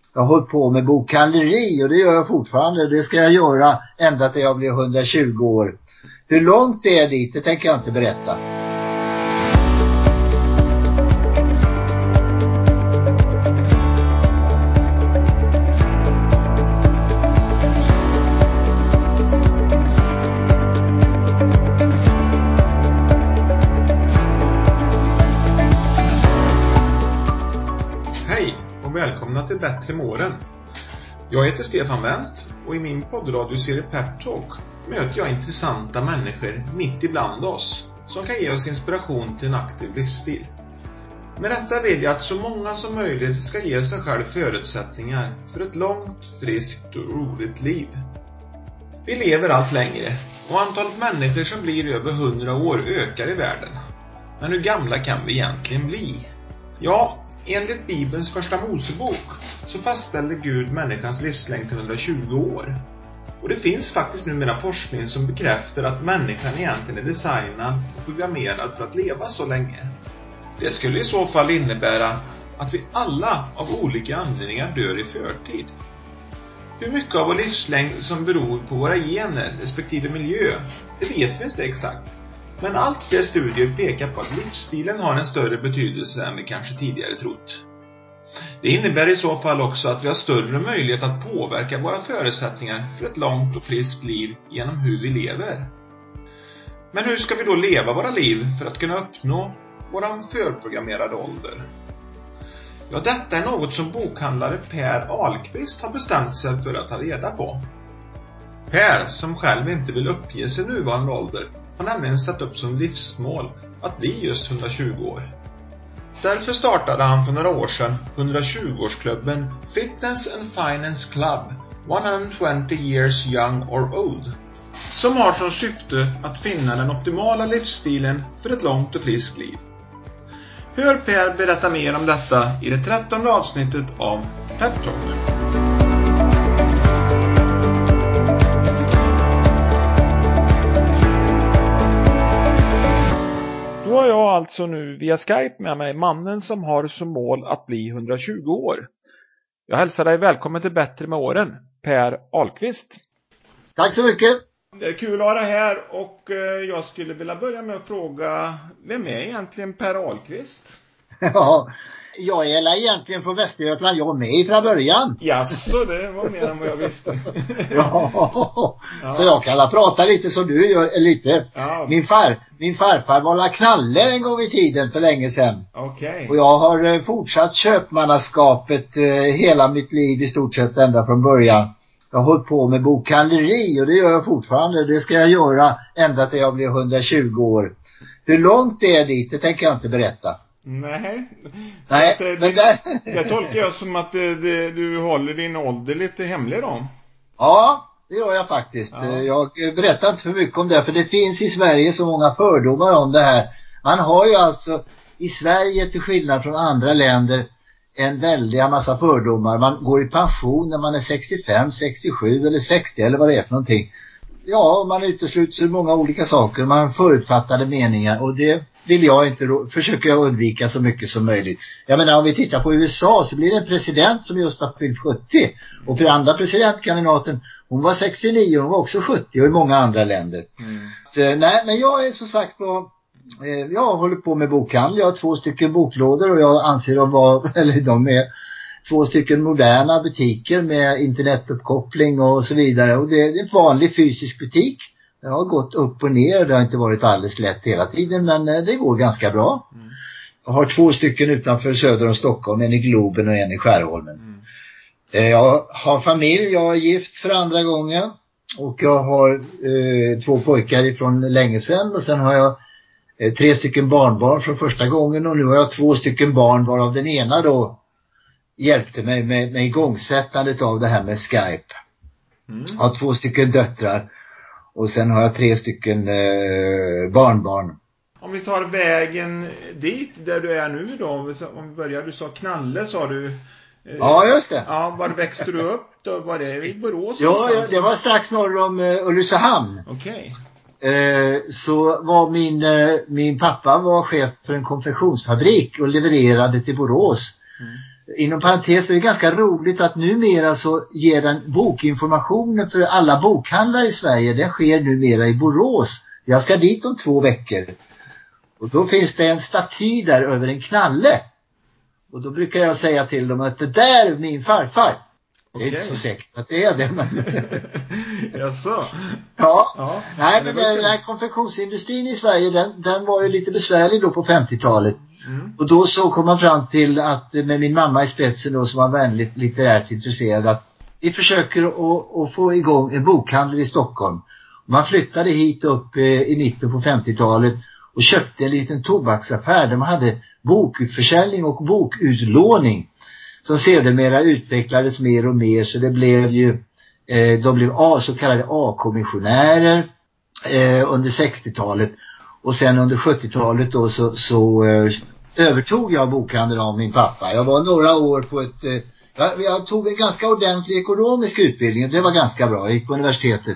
Jag har hållit på med bokhandleri och det gör jag fortfarande. Det ska jag göra ända till jag blir 120 år. Hur långt det är dit, det tänker jag inte berätta. Välkomna till Bättre med åren. Jag heter Stefan Wendt och i min poddradioserie Pep Talk möter jag intressanta människor mitt ibland oss som kan ge oss inspiration till en aktiv livsstil. Med detta vill jag att så många som möjligt ska ge sig själv förutsättningar för ett långt, friskt och roligt liv. Vi lever allt längre och antalet människor som blir över 100 år ökar i världen. Men hur gamla kan vi egentligen bli? Ja, enligt Bibelns första Mosebok så fastställde Gud människans livslängd till 120 år. Och det finns faktiskt numera forskning som bekräftar att människan egentligen är designad och programmerad för att leva så länge. Det skulle i så fall innebära att vi alla av olika anledningar dör i förtid. Hur mycket av vår livslängd som beror på våra gener respektive miljö, det vet vi inte exakt. Men allt fler studier pekar på att livsstilen har en större betydelse än vi kanske tidigare trott. Det innebär i så fall också att vi har större möjlighet att påverka våra förutsättningar för ett långt och friskt liv genom hur vi lever. Men hur ska vi då leva våra liv för att kunna uppnå våran förprogrammerade ålder? Ja, detta är något som bokhandlare Per Ahlqvist har bestämt sig för att ta reda på. Per, som själv inte vill uppge sin nuvarande ålder, har nämligen satt upp som livsmål att bli just 120 år. Därför startade han för några år sedan 120-årsklubben Fitness and Finance Club 120 years young or old, som har som syfte att finna den optimala livsstilen för ett långt och friskt liv. Hör Per berätta mer om detta i det 13:e avsnittet av Pep Talk. Då har jag alltså nu via Skype med mig mannen som har som mål att bli 120 år. Jag hälsar dig välkommen till Bättre med åren, Per Ahlqvist. Tack så mycket. Det är kul att ha dig här och jag skulle vilja börja med att fråga, vem är egentligen Per Ahlqvist? Ja, jag är egentligen från Västergötland, jag är med från början. Jaså, det var mer än vad jag visste. Ja, så jag kan prata lite som du gör, lite. Ja. Min farfar var knalle en gång i tiden för länge sedan. Okay. Och jag har fortsatt köpmannaskapet hela mitt liv i stort sett ända från början. Jag har hållit på med bokhandleri och det gör jag fortfarande. Det ska jag göra ända till jag blir 120 år. Hur långt det är dit, det tänker jag inte berätta. Nej, men det tolkar jag som att du håller din ålder lite hemlig då. Ja, det gör jag faktiskt. Ja. Jag berättar inte för mycket om det, för det finns i Sverige så många fördomar om det här. Man har ju alltså i Sverige, till skillnad från andra länder, en väldiga massa fördomar. Man går i pension när man är 65, 67 eller 60 eller vad det är för någonting. Ja, man utesluter många olika saker. Man har förutfattade meningar och det vill jag inte försöka undvika så mycket som möjligt. Jag menar, om vi tittar på USA så blir det en president som just har fyllt 70. Och för andra presidentkandidaten, hon var 69 och hon var också 70 och i många andra länder. Nej, men jag är som sagt jag håller på med bokhandel. Jag har 2 stycken boklådor och jag anser de är 2 stycken moderna butiker med internetuppkoppling och så vidare. Och det är en vanlig fysisk butik. Det har gått upp och ner. Det har inte varit alldeles lätt hela tiden, men det går ganska bra. Jag har 2 stycken utanför söder om Stockholm. En i Globen och en i Skärholmen. Jag har familj. Jag är gift för andra gången. Och jag har 2 pojkar ifrån länge sedan. Och sen har jag 3 stycken barnbarn från första gången. Och nu har jag 2 stycken barn, varav den ena då hjälpte mig med igångsättandet av det här med Skype. Jag har 2 stycken döttrar. Och sen har jag 3 stycken barnbarn. Om vi tar vägen dit där du är nu då. Om vi börjar, du sa Knalle, sa du. Ja, just det. Ja, var växte du upp då? Var det i Borås? Ja, det var strax norr om Ulricehamn. Okej. Så var min pappa var chef för en konfektionsfabrik och levererade till Borås. Inom parentes är det ganska roligt att numera så ger den bokinformationen för alla bokhandlare i Sverige. Den sker numera i Borås. Jag ska dit om 2 veckor. Och då finns det en staty där över en knalle. Och då brukar jag säga till dem att det där är min farfar. Det är inte så säkert att det är det. Men... Jaså? Ja. Nej, men den här konfektionsindustrin i Sverige, den var ju lite besvärlig då på 50-talet. Och då så kom man fram till att med min mamma i spetsen då, som var väldigt litterärt intresserad, att vi försöker att få igång en bokhandel i Stockholm. Man flyttade hit upp i mitten på 50-talet och köpte en liten tobaksaffär där man hade bokutförsäljning och bokutlåning som sedermera utvecklades mer och mer, så det blev ju de blev så kallade A-kommissionärer under 60-talet, och sen under 70-talet då så övertog jag bokhandeln av min pappa. Jag var några år på jag tog en ganska ordentlig ekonomisk utbildning, det var ganska bra, jag gick på universitetet.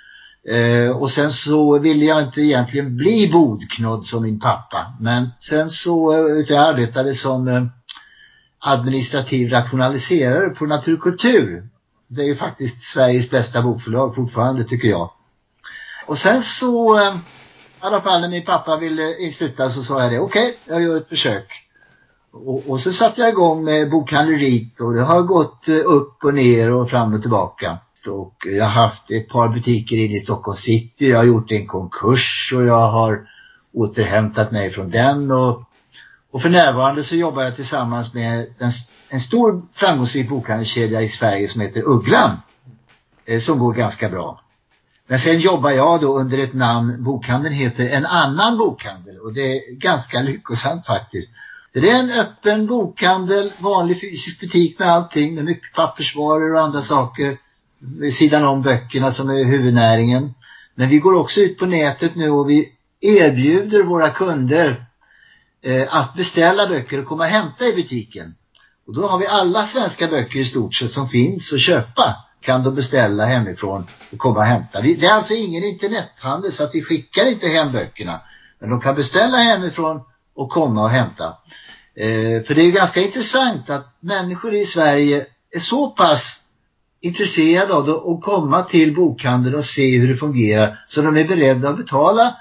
Och sen så ville jag inte egentligen bli bodknodd som min pappa, men sen så jag arbetade som administrativ rationaliserare på Naturkultur. Det är ju faktiskt Sveriges bästa bokförlag fortfarande, tycker jag. Och sen så i alla fall när min pappa ville sluta så sa jag det, okej, jag gör ett försök. Och så satte jag igång med bokhandleriet, och det har gått upp och ner och fram och tillbaka. Och jag har haft ett par butiker inne i Stockholm city, jag har gjort en konkurs och jag har återhämtat mig från den, och för närvarande så jobbar jag tillsammans med en stor framgångsrik bokhandelskedja i Sverige som heter Ugglan, som går ganska bra. Men sen jobbar jag då under ett namn, bokhandeln heter En annan bokhandel, och det är ganska lyckosamt faktiskt. Det är en öppen bokhandel, vanlig fysisk butik med allting, med mycket pappersvaror och andra saker vid sidan om böckerna som är huvudnäringen. Men vi går också ut på nätet nu och vi erbjuder våra kunder att beställa böcker och komma och hämta i butiken. Och då har vi alla svenska böcker i stort sett som finns att köpa. Kan de beställa hemifrån och komma och hämta. Det är alltså ingen internethandel, så att vi skickar inte hem böckerna. Men de kan beställa hemifrån och komma och hämta. För det är ju ganska intressant att människor i Sverige är så pass intresserade av att komma till bokhandeln och se hur det fungerar, så de är beredda att betala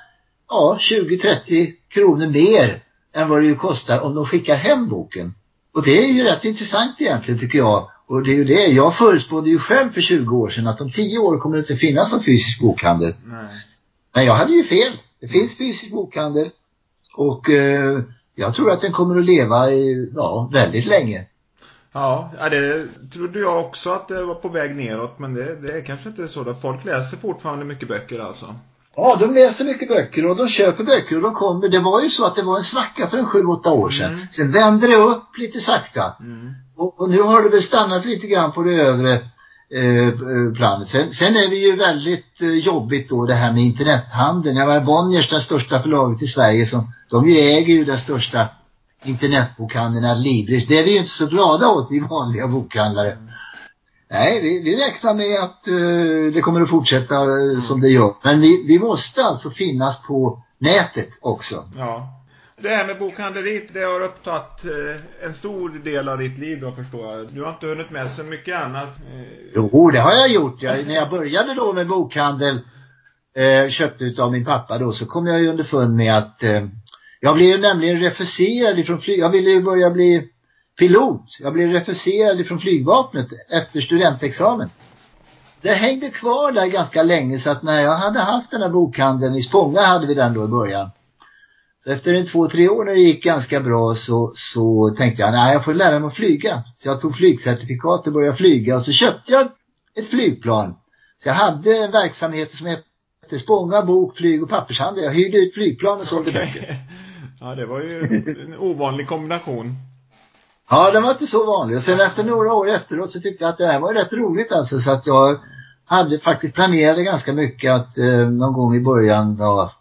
20-30 kronor mer än vad det ju kostar om de skickar hem boken. Och det är ju rätt intressant egentligen, tycker jag. Och det är ju det, jag förutspådde ju själv för 20 år sedan att om 10 år kommer det inte finnas någon fysisk bokhandel. Nej. Men jag hade ju fel. Det finns fysisk bokhandel. Och jag tror att den kommer att leva väldigt länge. Ja, det trodde jag också att det var på väg neråt, men det är kanske inte så att folk läser fortfarande mycket böcker alltså. Ja, de läser mycket böcker och de köper böcker och de kommer. Det var ju så att det var en svacka för 7-8 år sedan. Sen vände det upp lite sakta. Och nu har det väl stannat lite grann på det övre planet. Sen är det ju väldigt jobbigt då det här med internethandeln. Jag var Bonniers, det största förlaget i Sverige, de äger ju den största internetbokhandeln, Libris. Det är vi ju inte så glada åt, vi vanliga bokhandlare. Nej, vi räknar med att det kommer att fortsätta som det gör. Men vi måste alltså finnas på nätet också. Ja. Det här med bokhandleriet, det har upptagit en stor del av ditt liv då, förstår jag. Du har inte hunnit med så mycket annat. Jo, det har jag gjort. När jag började då med bokhandel, köpte utav min pappa då, så kom jag ju underfund med att jag blev nämligen refuserad ifrån jag ville ju börja bli pilot. Jag blev refuserad ifrån flygvapnet efter studentexamen. Det hängde kvar där ganska länge, så att när jag hade haft den här bokhandeln i Spånga, hade vi den då i början. Så efter 2-3 år när det gick ganska bra så tänkte jag, nej, jag får lära mig att flyga. Så jag tog flygcertifikat och började flyga, och så köpte jag ett flygplan. Så jag hade en verksamhet som hette Spånga, bok, flyg och pappershandel. Jag hyrde ut flygplan och sålde böcker. Ja, det var ju en ovanlig kombination. Ja, det var inte så vanligt. Och sen efter några år efteråt så tyckte jag att det här var rätt roligt alltså. Så att jag hade faktiskt planerat ganska mycket att någon gång i början,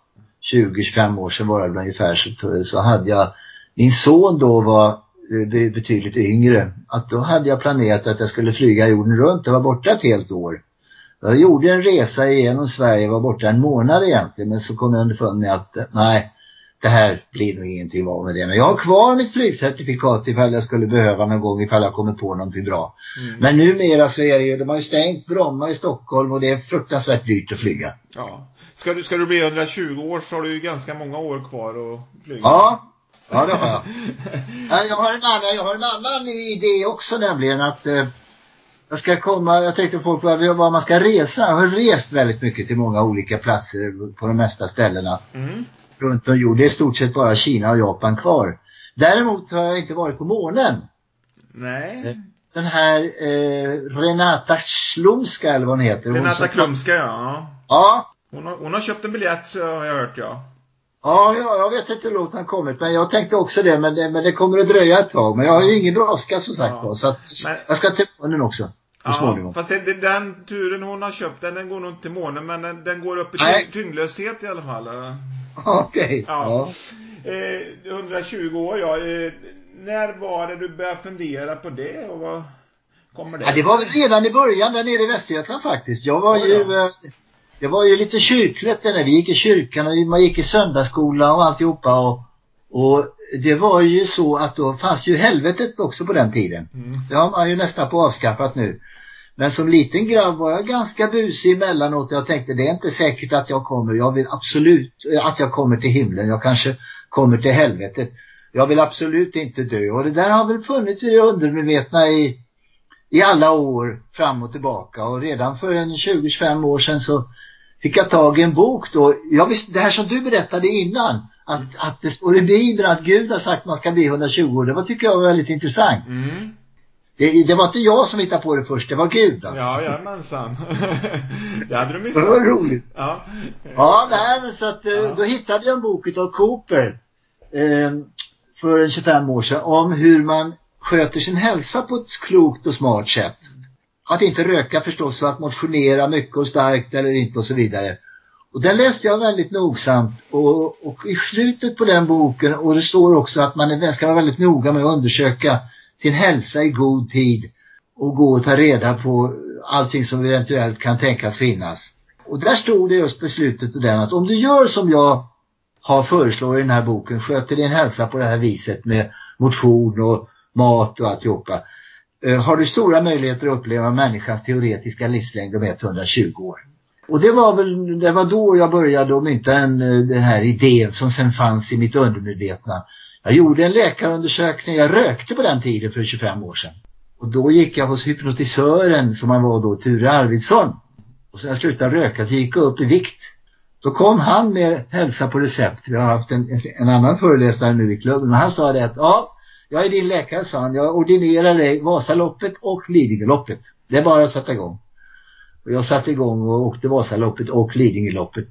20-25 år sedan var det ungefär, så hade jag, min son då var betydligt yngre, att då hade jag planerat att jag skulle flyga jorden runt och var borta ett helt år. Jag gjorde en resa igenom Sverige, var borta en månad egentligen, men så kom jag underfund med att nej, det här blir nog ingenting av med det. Men jag har kvar mitt flygcertifikat ifall jag skulle behöva någon gång, ifall jag kommer på någonting bra. Men numera så är det ju, de har ju stängt Bromma i Stockholm och det är fruktansvärt dyrt att flyga. Ja. Ska du bli 120 år så har du ju ganska många år kvar att flyga. Ja, det har jag. Jag har en annan idé också, nämligen att jag tänkte folk var man ska resa. Jag har rest väldigt mycket till många olika platser på de mesta ställena runt om jorden. Det är i stort sett bara Kina och Japan kvar. Däremot har jag inte varit på månen. Nej. Den här Renata Slumska, eller vad hon heter. Renata Klumska, ja. Ja. Hon har köpt en biljett, så har jag hört, ja. Ja, jag vet inte hur långt han kommit, men jag tänkte också det, men det kommer att dröja ett tag. Men jag har ju ingen brådska som sagt på, så att jag ska till månen också. Ja, fast den turen hon har köpt, den går nog inte till månen, men den går upp i tyngdlöshet i alla fall. Okej. Ja. 120 år, ja. När var det du började fundera på det, och vad kommer det? Ja, det var väl redan i början där nere i Västergötland faktiskt. Det var ju lite kyrkligt när vi gick i kyrkan och man gick i söndagsskola och alltihopa. Och det var ju så att då fanns ju helvetet också på den tiden. Det har man ju nästan på avskaffat nu. Men som liten grabb var jag ganska busig emellanåt. Jag tänkte, det är inte säkert att jag kommer. Jag vill absolut att jag kommer till himlen. Jag kanske kommer till helvetet. Jag vill absolut inte dö. Och det där har väl funnits i det undermedvetna i alla år fram och tillbaka. Och redan för 20-25 år sedan så fick jag tag i en bok då. Jag visste, det här som du berättade innan, att det står i Bibeln att Gud har sagt att man ska bli 120 år. Det tycker jag var väldigt intressant. Det var inte jag som hittade på det först, det var Gud alltså. Ja, jajamensan. Det hade du missat. Det var roligt. Ja, nej, men så att då hittade jag en bok av Cooper för 25 år sedan om hur man sköter sin hälsa på ett klokt och smart sätt. Att inte röka förstås, att motionera mycket och starkt eller inte och så vidare. Och den läste jag väldigt nogsamt och i slutet på den boken, och det står också att man ska vara väldigt noga med att undersöka sin hälsa i god tid och gå och ta reda på allting som eventuellt kan tänkas finnas. Och där stod det just beslutet och den att om du gör som jag har föreslår i den här boken, sköter din hälsa på det här viset med motion och mat och alltihopa, har du stora möjligheter att uppleva människans teoretiska livslängd om 120 år. Och det var då jag började mynta den här idén som sen fanns i mitt undermedvetna. Jag gjorde en läkarundersökning, jag rökte på den tiden för 25 år sedan. Och då gick jag hos hypnotisören som han var då, Ture Arvidsson. Och så när jag slutade röka så gick jag upp i vikt. Då kom han med hälsa på recept. Vi har haft en annan föreläsare nu i klubben. Och han sa det att jag är din läkare, sa han. Jag ordinerar dig Vasaloppet och Lidingöloppet. Det är bara att sätta igång. Och jag satte igång och åkte Vasaloppet och Lidingöloppet.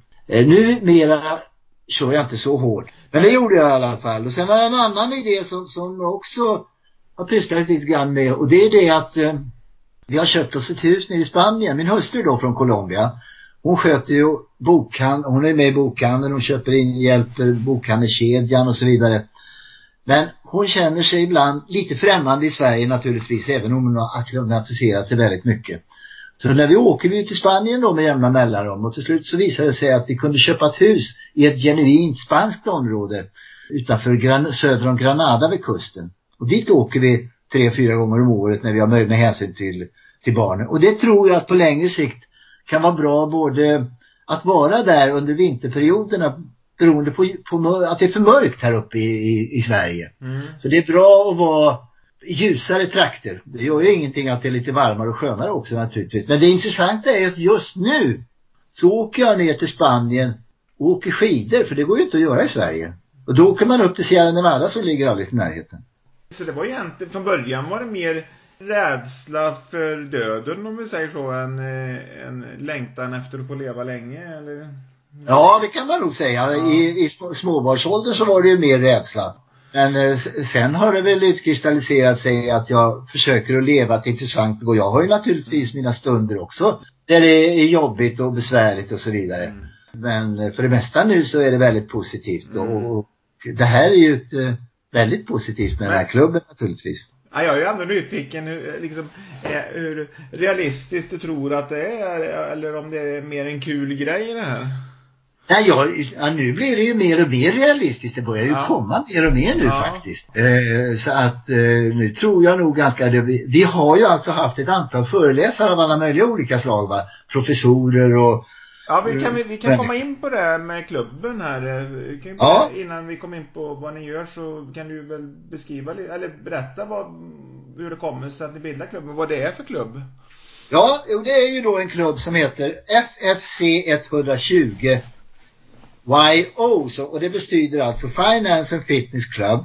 Numera kör jag inte så hårt. Men det gjorde jag i alla fall. Och sen var det en annan idé som också har pysslat lite grann med. Och det är det att vi har köpt oss ett hus nere i Spanien. Min hustru då från Colombia. Hon sköter ju bokhandeln. Hon är med i bokhandeln. Hon köper in, hjälper bokhandelskedjan och så vidare. Men hon känner sig ibland lite främmande i Sverige naturligtvis. Även om hon har akklimatiserat sig väldigt mycket. Så när vi åker ut till Spanien då med jämna mellanrum, och till slut så visade det sig att vi kunde köpa ett hus i ett genuint spanskt område utanför söder om Granada vid kusten. Och dit åker vi 3-4 gånger om året när vi har möjlighet med hänsyn till barnen. Och det tror jag att på längre sikt kan vara bra både att vara där under vinterperioderna beroende på att det är för mörkt här uppe i Sverige. Så det är bra att vara ljusare trakter. Det gör ju ingenting att det är lite varmare och skönare också naturligtvis. Men det intressanta är att just nu så åker jag ner till Spanien och åker skidor, för det går ju inte att göra i Sverige. Och då åker man upp till Sierra Nevada som ligger alldeles i närheten. Så det var egentligen, från början var det mer rädsla för döden, om vi säger så, en längtan efter att få leva länge, eller? Ja, det kan man nog säga. Ja. I småbarnsåldern så var det ju mer rädsla. Men sen har det väl utkristalliserat sig att jag försöker att leva ett intressant, och jag har ju naturligtvis mina stunder också där det är jobbigt och besvärligt och så vidare. Men för det mesta nu så är det väldigt positivt och det här är ju ett väldigt positivt med den här klubben naturligtvis. Ja, jag är ju ändå nyfiken hur realistiskt du tror att det är, eller om det är mer en kul grej i det här. Nej, nu blir det ju mer och mer realistiskt. Det börjar ju komma mer och mer nu faktiskt. Så att nu tror jag nog ganska... Vi har ju alltså haft ett antal föreläsare av alla möjliga olika slag, va? Professorer och... Ja, vi kan komma in på det med klubben här. Innan vi kommer in på vad ni gör så kan du väl beskriva eller berätta hur det kommer sig att ni bildar klubben, vad det är för klubb. Ja, det är ju då en klubb som heter FFC 120 YO, och det betyder alltså Finance and Fitness Club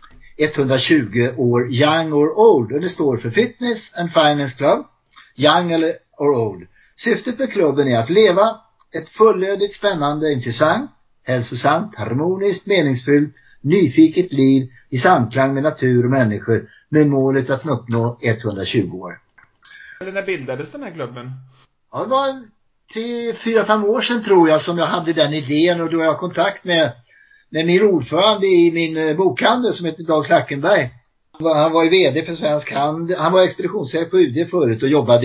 120 år young or old, och det står för Fitness and Finance Club young or old. Syftet med klubben är att leva ett fullödigt, spännande, intressant, hälsosamt, harmoniskt, meningsfullt, nyfiket liv i samklang med natur och människor med målet att uppnå 120 år. När bildades den här klubben? Ja, det var 3-4-5 år sedan tror jag som jag hade den idén, och då har jag kontakt med min ordförande i min bokhandel som heter Dag Klackenberg. Han var ju vd för Svensk Handel. Han var expeditionschef på UD förut och jobbade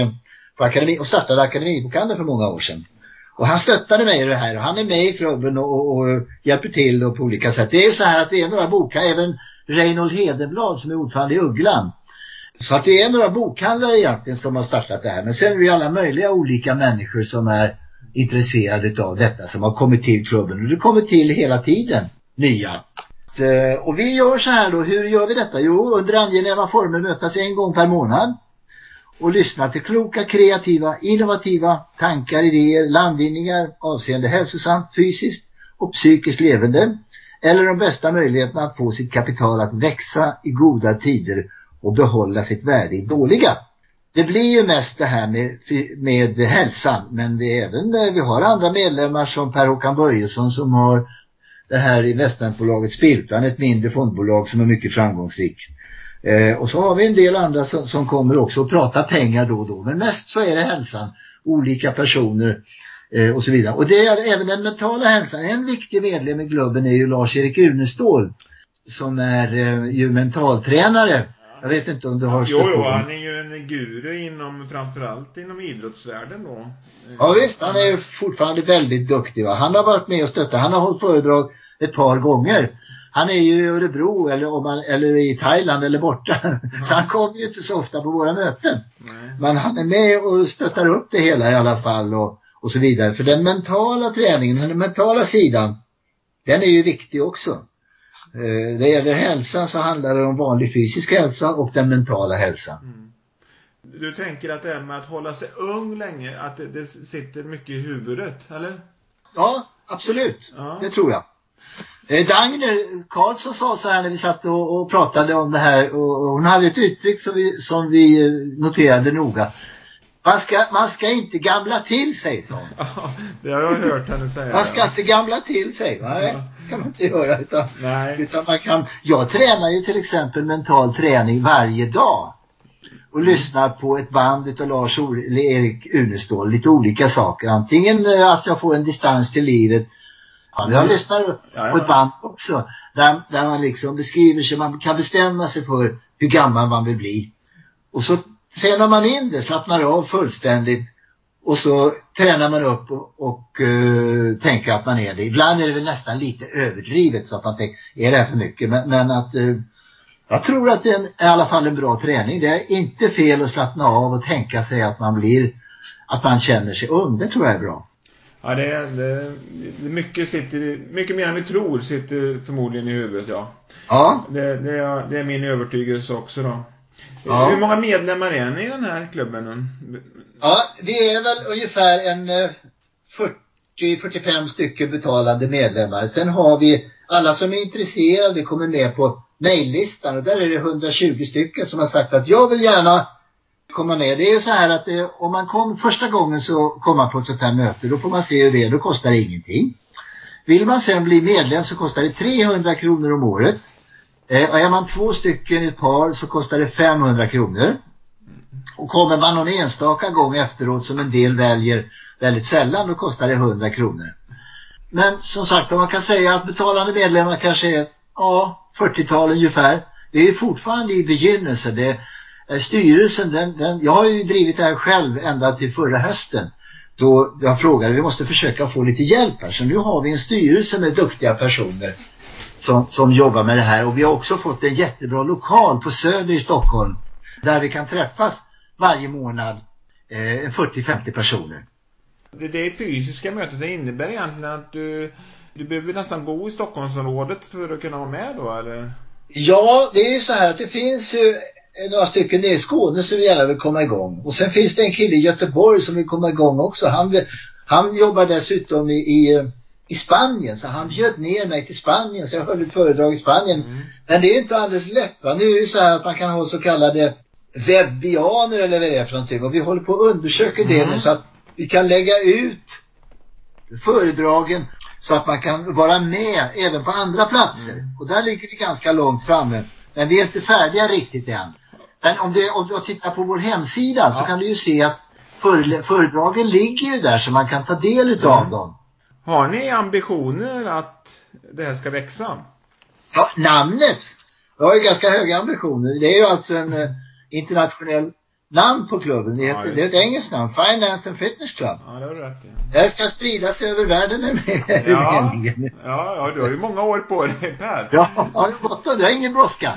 på akademi och startade akademibokhandeln för många år sedan. Och han stöttade mig i det här, och han är med i klubben och hjälper till och på olika sätt. Det är så här att det är några bokhandlare, även Reinhold Hedenblad som är ordförande i Ugglan. Så att det är några bokhandlare egentligen som har startat det här. Men sen är det alla möjliga olika människor som är intresserade av detta, som har kommit till klubben. Och det kommer till hela tiden nya. Och vi gör så här då, hur gör vi detta? Jo, under angenäma former mötas en gång per månad och lyssna till kloka, kreativa, innovativa tankar, idéer, landvinningar avseende hälsosamt, fysiskt och psykiskt levande, eller de bästa möjligheterna att få sitt kapital att växa i goda tider och behålla sitt värde i dåliga. Det blir ju mest det här med hälsan, men det är även, vi har andra medlemmar som Per-Håkan Börjesson som har det här investmentbolaget Spiltan, ett mindre fondbolag som är mycket framgångsrikt. Och så har vi en del andra som kommer också att prata pengar då och då. Men mest så är det hälsan, olika personer och så vidare. Och det är även den mentala hälsan. En viktig medlem i klubben är ju Lars-Erik Unestål som är ju mentaltränare. Jag vet inte om du har stött på han är ju en guru framförallt inom idrottsvärlden då. Ja visst, han är fortfarande väldigt duktig, va? Han har varit med och stöttat. Han har hållit föredrag ett par gånger. Han är ju i Örebro eller i Thailand eller borta. Så han kommer ju inte så ofta på våra möten. Nej. Men han är med och stöttar upp det hela i alla fall och så vidare. För den mentala träningen, den mentala sidan, den är ju viktig också. Det gäller hälsan så handlar det om vanlig fysisk hälsa och den mentala hälsan. Mm. Du tänker att det är med att hålla sig ung länge, att det sitter mycket i huvudet, eller? Ja, absolut. Ja. Det tror jag. Dagny Karlsson sa så här när vi satt och pratade om det här, och hon hade ett uttryck som vi noterade noga. Man ska inte gamla till sig, så. Ja, det har jag hört henne säga. Man ska inte gamla till sig, va? Det kan man inte göra, utan man kan... Jag tränar ju till exempel mental träning varje dag och lyssnar på ett band utav Lars-Erik Unestål, lite olika saker. Antingen att jag får en distans till livet. Ja, jag lyssnar på ett band också där man liksom beskriver sig, man kan bestämma sig för hur gammal man vill bli. Och så tränar man in det, slappnar av fullständigt och så tränar man upp och tänker att man är det. Ibland är det väl nästan lite överdrivet så att man tänker, är det här för mycket? Men att jag tror att det är i alla fall en bra träning. Det är inte fel att slappna av och tänka sig att man känner sig ung. Det tror jag är bra. Ja, det är mycket mer än vi tror sitter förmodligen i huvudet, ja. Ja. Det är min övertygelse också då. Ja. Hur många medlemmar är ni i den här klubben? Ja, vi är väl ungefär en 40-45 stycken betalande medlemmar. Sen har vi alla som är intresserade kommer med på mejllistan, och där är det 120 stycken som har sagt att jag vill gärna komma med. Det är så här att om man kom första gången så kommer man på ett sånt här möte, då får man se hur det är, då kostar det ingenting. Vill man sen bli medlem så kostar det 300 kronor om året. Och är man 2 stycken i ett par så kostar det 500 kronor. Och kommer man någon enstaka gång efteråt som en del väljer väldigt sällan, då kostar det 100 kronor. Men som sagt, man kan säga att betalande medlemmar kanske är 40-tal ungefär. Det är ju fortfarande i begynnelse. Styrelsen, jag har ju drivit det här själv ända till förra hösten. då jag frågade, vi måste försöka få lite hjälp här. Så nu har vi en styrelse med duktiga personer som jobbar med det här. Och vi har också fått en jättebra lokal på Söder i Stockholm där vi kan träffas varje månad 40-50 personer. Det fysiska mötet, det innebär egentligen att du behöver nästan bo i Stockholmsområdet för att kunna vara med då, eller? Ja, det är ju så här att det finns ju några stycken nere i Skåne som gärna vill komma igång. Och sen finns det en kille i Göteborg som vill komma igång också. Han jobbar dessutom i Spanien, så han bjöd ner mig till Spanien, så jag höll ett föredrag i Spanien. Men det är inte alldeles lätt, va? Nu är det så här att man kan ha så kallade webbianer eller vad det är för någonting. Och vi håller på att undersöka det nu så att vi kan lägga ut föredragen så att man kan vara med även på andra platser. Och där ligger vi ganska långt framme. Men vi är inte färdiga riktigt än. Men om du tittar på vår hemsida så kan du ju se att föredragen ligger ju där så man kan ta del utav dem. Har ni ambitioner att det här ska växa? Ja, namnet. Jag har ju ganska höga ambitioner. Det är ju alltså en internationell namn på klubben. Det är ett engelskt namn. Finance and Fitness Club. Ja, det har du rätt i. Det ska spridas över världen med meningen. Ja, du har ju många år på dig, Per. Ja, det är ingen brådska.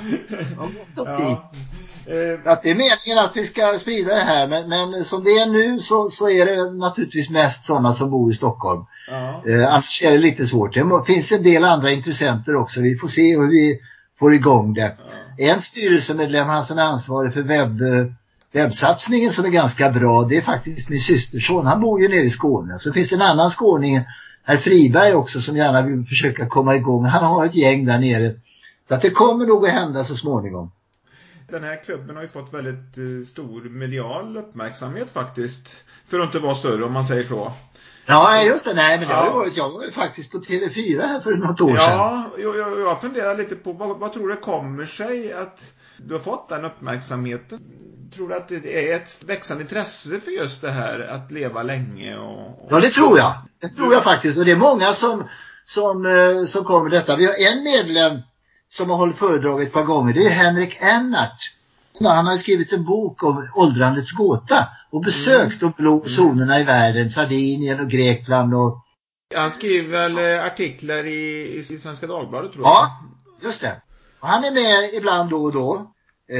Att det är meningen att vi ska sprida det här. Men som det är nu så är det naturligtvis mest sådana som bor i Stockholm. Annars är det lite svårt. Det finns en del andra intressenter också. Vi får se hur vi får igång det. En styrelsemedlem, han som är ansvarig för webbsatsningen som är ganska bra, det är faktiskt min systerson. Han bor ju nere i Skåne. Så finns det en annan skåning, herr Friberg också, som gärna vill försöka komma igång. Han har ett gäng där nere. Så att det kommer nog att hända så småningom. Den här klubben har ju fått väldigt stor medial uppmärksamhet faktiskt. För att inte vara större, om man säger så. Ja, just det. Nej, men det har ju varit, jag var ju faktiskt på TV4 här för något år sedan. Ja, jag funderar lite på vad tror du kommer sig att du har fått den uppmärksamheten? Tror du att det är ett växande intresse för just det här att leva länge? Ja, det tror jag. Det tror jag faktiskt. Och det är många som kommer detta. Vi har en medlem som har hållit föredrag ett par gånger. Det är Henrik Ennart. Han har skrivit en bok om åldrandets gåta och besökt de blå zonerna i världen, Sardinien och Grekland. Och han skriver väl artiklar i Svenska Dagbladet, tror jag. Ja, just det. Och han är med ibland då och då.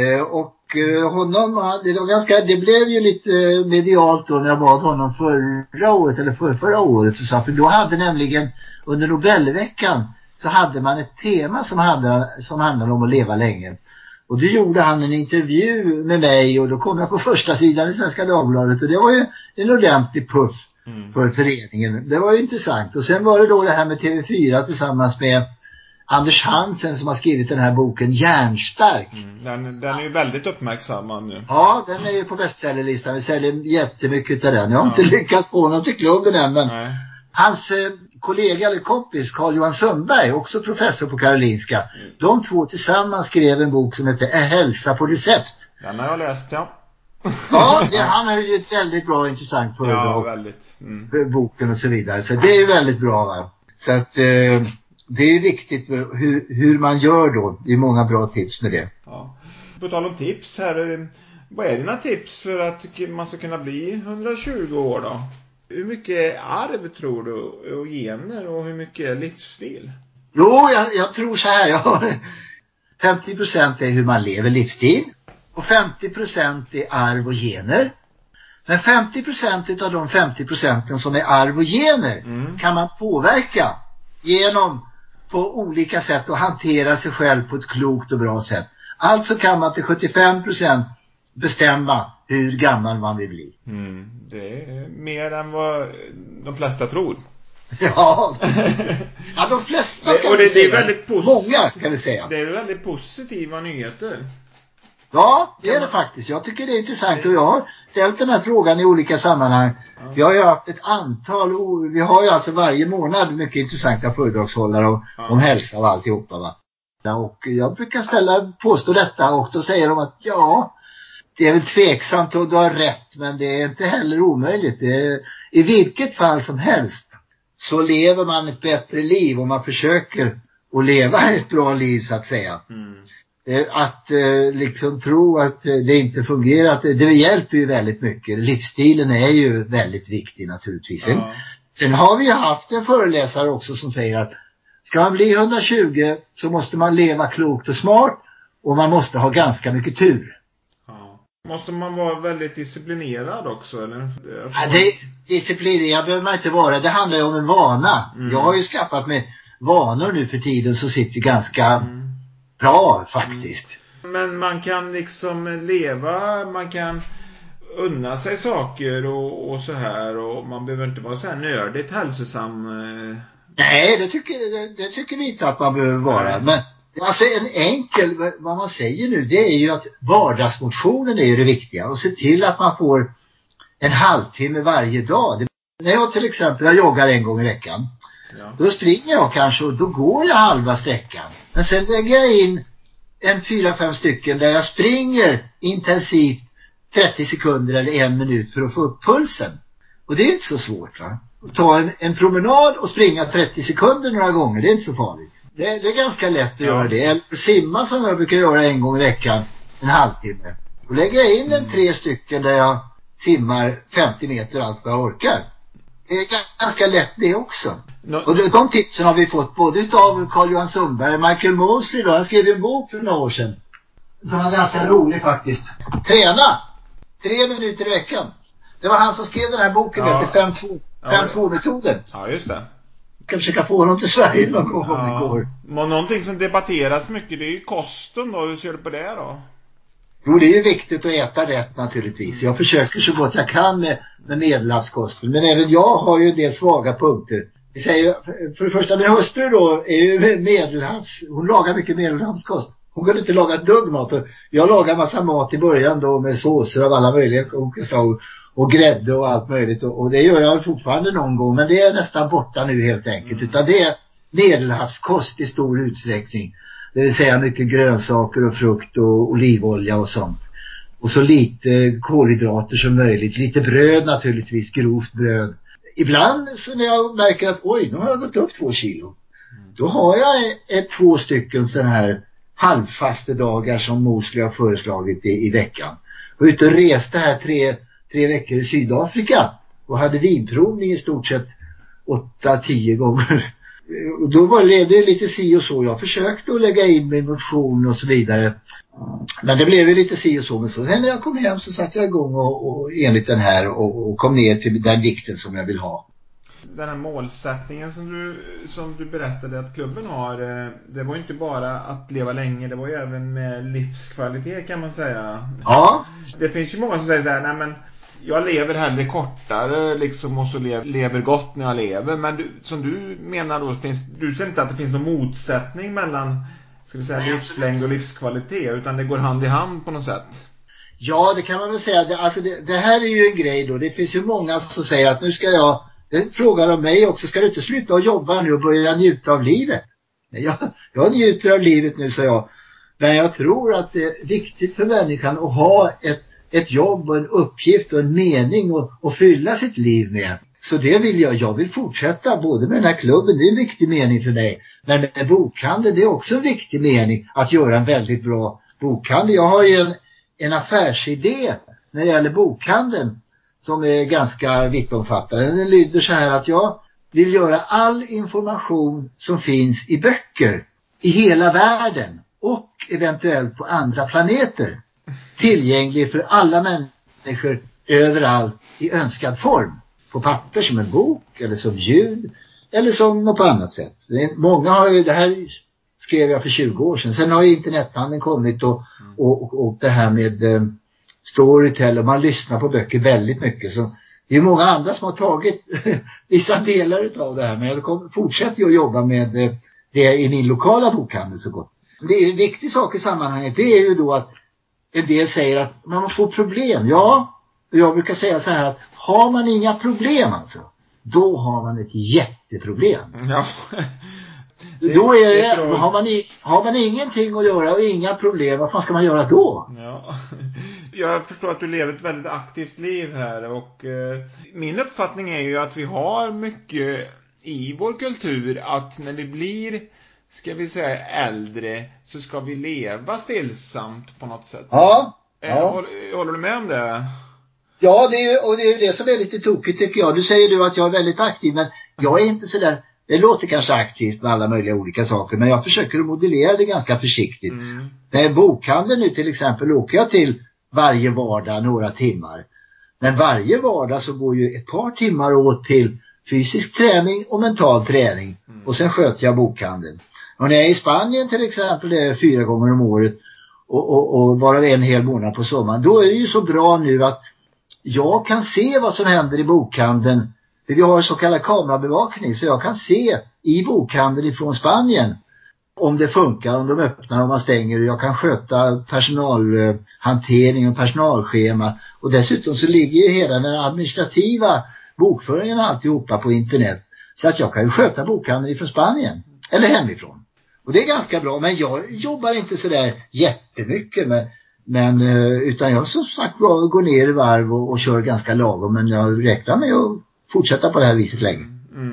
Honom, det blev ju lite medialt då när jag bad honom förra året eller förra året. För då hade nämligen under Nobelveckan så hade man ett tema som handlade om att leva länge. Och då gjorde han en intervju med mig och då kom jag på första sidan i Svenska Dagbladet. Och det var ju en ordentlig puff för föreningen. Det var ju intressant. Och sen var det då det här med TV4 tillsammans med Anders Hansen som har skrivit den här boken Hjärnstark. Den är ju väldigt uppmärksammad nu. Ja, den är ju på bestsellerlistan. Vi säljer jättemycket av den. Jag har inte lyckats få någon till klubben än, men hans kollega eller kompis Carl-Johan Sundberg, också professor på Karolinska, de två tillsammans skrev en bok som heter Hälsa på recept. Den har jag läst, ja. Ja, han har ju ett väldigt bra och intressant föredrag. Ja, väldigt. Boken och så vidare. Så det är ju väldigt bra, va? Så att det är viktigt hur man gör då. Det är många bra tips med det. Ja. På tal om tips här, vad är dina tips för att man ska kunna bli 120 år då? Hur mycket arv tror du och gener och hur mycket livsstil? Jo, jag tror så här. 50% är hur man lever, livsstil. Och 50% är arv och gener. Men 50% av de 50% som är arv och gener kan man påverka genom på olika sätt att hantera sig själv på ett klokt och bra sätt. Alltså kan man till 75% bestämma hur gammal man vill bli. Det är mer än vad de flesta tror. Ja, de flesta och det är väldigt många kan du säga. Det är väldigt positiva nyheter. Ja, det är det faktiskt. Jag tycker det är intressant och jag har ställt den här frågan i olika sammanhang. Vi har ju haft ett antal, vi har ju alltså varje månad mycket intressanta föredragshållare om hälsa och alltihopa, va. Och jag brukar påstå detta och då säger de att det är väl tveksamt och du har rätt, men det är inte heller omöjligt. I vilket fall som helst så lever man ett bättre liv om man försöker att leva ett bra liv så att säga. Att liksom tro att det inte fungerar, att det hjälper ju väldigt mycket. Livsstilen är ju väldigt viktig naturligtvis. Ja. Sen har vi haft en föreläsare också som säger att ska man bli 120 så måste man leva klokt och smart och man måste ha ganska mycket tur. Ja. Måste man vara väldigt disciplinerad också, eller? Ja, disciplinerad behöver man inte vara. Det handlar ju om en vana. Jag har ju skaffat mig vanor nu för tiden så sitter ganska bra faktiskt. Men man kan liksom leva, man kan unna sig saker och så här, och man behöver inte vara så här nördigt hälsosam. Nej, det tycker vi inte att man behöver vara. Nej. Men alltså en enkel, vad man säger nu, det är ju att vardagsmotionen är ju det viktiga. Och se till att man får en halvtimme varje dag. När jag till exempel, jag joggar en gång i veckan. Ja. Då springer jag kanske och då går jag halva sträckan. Men sen lägger jag in 4-5 stycken där jag springer intensivt 30 sekunder eller 1 minut för att få upp pulsen. Och det är inte så svårt, va? Att ta en promenad och springa 30 sekunder några gånger, det är inte så farligt. Det är ganska lätt att göra det. Eller simma som jag brukar göra en gång i veckan, en halvtimme. Då lägger jag in 3 stycken där jag simmar 50 meter allt vad jag orkar. Det är ganska lätt det också. Och de tipsen har vi fått både av Carl-Johan Sundberg och Michael Mosley då. Han skrev en bok för några år sedan som var ganska rolig faktiskt. Träna 3 minuter i veckan. Det var han som skrev den här boken, heter 5-2-metoden. Ja, just det. Jag kan försöka få honom till Sverige någon gång om det går. Men någonting som debatteras mycket, det är ju kosten då. Hur ser du på det då? Jo, det är ju viktigt att äta rätt naturligtvis. Jag försöker så gott jag kan med medelhavskosten. Men även jag har ju en del svaga punkter. Vi säger, för det första, min hustru då är ju hon lagar mycket medelhavskost. Hon kunde inte laga ett dugg mat. Jag lagar massa mat i början då med såser av alla möjliga och grädde och allt möjligt. Och det gör jag fortfarande någon gång. Men det är nästan borta nu helt enkelt. Utan det är medelhavskost i stor utsträckning. Det vill säga mycket grönsaker och frukt och olivolja och sånt. Och så lite kolhydrater som möjligt. Lite bröd naturligtvis, grovt bröd. Ibland så när jag märker att nu har jag gått upp 2 kilo. Då har jag 2 stycken sådana här halvfastedagar som Mosley har föreslagit i veckan. Jag var ute och reste här 3 veckor i Sydafrika. Och hade vinprovning i stort sett 8-10 gånger. Och då levde det lite si och så. Jag försökte att lägga in min motion och så vidare. Men det blev ju lite si och så. Men så sen när jag kom hem så satte jag igång och enligt den här och kom ner till den vikten som jag vill ha. Den här målsättningen som du berättade att klubben har, det var ju inte bara att leva länge, det var ju även med livskvalitet kan man säga. Ja. Det finns ju många som säger så här, nej men jag lever hellre kortare liksom och så lever gott när jag lever. Men som du menar då, du ser inte att det finns någon motsättning mellan livslängd och livskvalitet, utan det går hand i hand på något sätt. Ja, det kan man väl säga. Det här är ju en grej då. Det finns ju många som säger att nu ska jag, det frågar de mig också, ska du inte sluta att jobba nu och börja njuta av livet? Jag njuter av livet nu, så jag. Men jag tror att det är viktigt för människan att ha ett jobb och en uppgift och en mening och fylla sitt liv med. Så det vill jag vill fortsätta både med den här klubben, det är en viktig mening för mig. Men med bokhandeln, det är också en viktig mening att göra en väldigt bra bokhandel. Jag har ju en affärsidé när det gäller bokhandeln som är ganska vittomfattande. Den lyder så här att jag vill göra all information som finns i böcker i hela världen och eventuellt på andra planeter tillgänglig för alla människor överallt i önskad form. På papper som en bok eller som ljud eller som något på annat sätt. Många har ju, det här skrev jag för 20 år sedan. Sen har ju internethandeln kommit och det här med Storytel, och man lyssnar på böcker väldigt mycket. Så det är många andra som har tagit vissa delar av det här. Men jag fortsätter ju att jobba med det i min lokala bokhandel så gott. Det är en viktig sak i sammanhanget. Det är ju då att en del säger att man får problem. Ja, och jag brukar säga så här att har man inga problem alltså, då har man ett jätteproblem. Ja. Då är det har man ingenting att göra och inga problem, vad fan ska man göra då? Ja. Jag förstår att du lever ett väldigt aktivt liv här, och min uppfattning är ju att vi har mycket i vår kultur att när det blir ska vi säga äldre, så ska vi leva stillsamt på något sätt. Ja. Håller du med om det? Ja, det är ju det som är lite tokigt tycker jag. Du säger att jag är väldigt aktiv, men jag är inte så där. Det låter kanske aktivt med alla möjliga olika saker, men jag försöker att modellera det ganska försiktigt. Med bokhandeln nu till exempel åker jag till varje vardag några timmar. Men varje vardag så går ju ett par timmar åt till fysisk träning och mental träning. Och sen sköter jag bokhandeln. Och när jag är i Spanien till exempel, det är 4 gånger om året och bara en hel månad på sommaren, då är det ju så bra nu att jag kan se vad som händer i bokhandeln. Vi har så kallad kamerabevakning, så jag kan se i bokhandeln ifrån Spanien om det funkar, om de öppnar, om man stänger. Jag kan sköta personalhantering och personalschema. Och dessutom så ligger ju hela den administrativa bokföringen alltihopa på internet. Så att jag kan ju sköta bokhandeln ifrån Spanien eller hemifrån. Och det är ganska bra, men jag jobbar inte så där jättemycket men utan jag som sagt går ner i varv och kör ganska lagom, men jag räknar med att fortsätta på det här viset länge.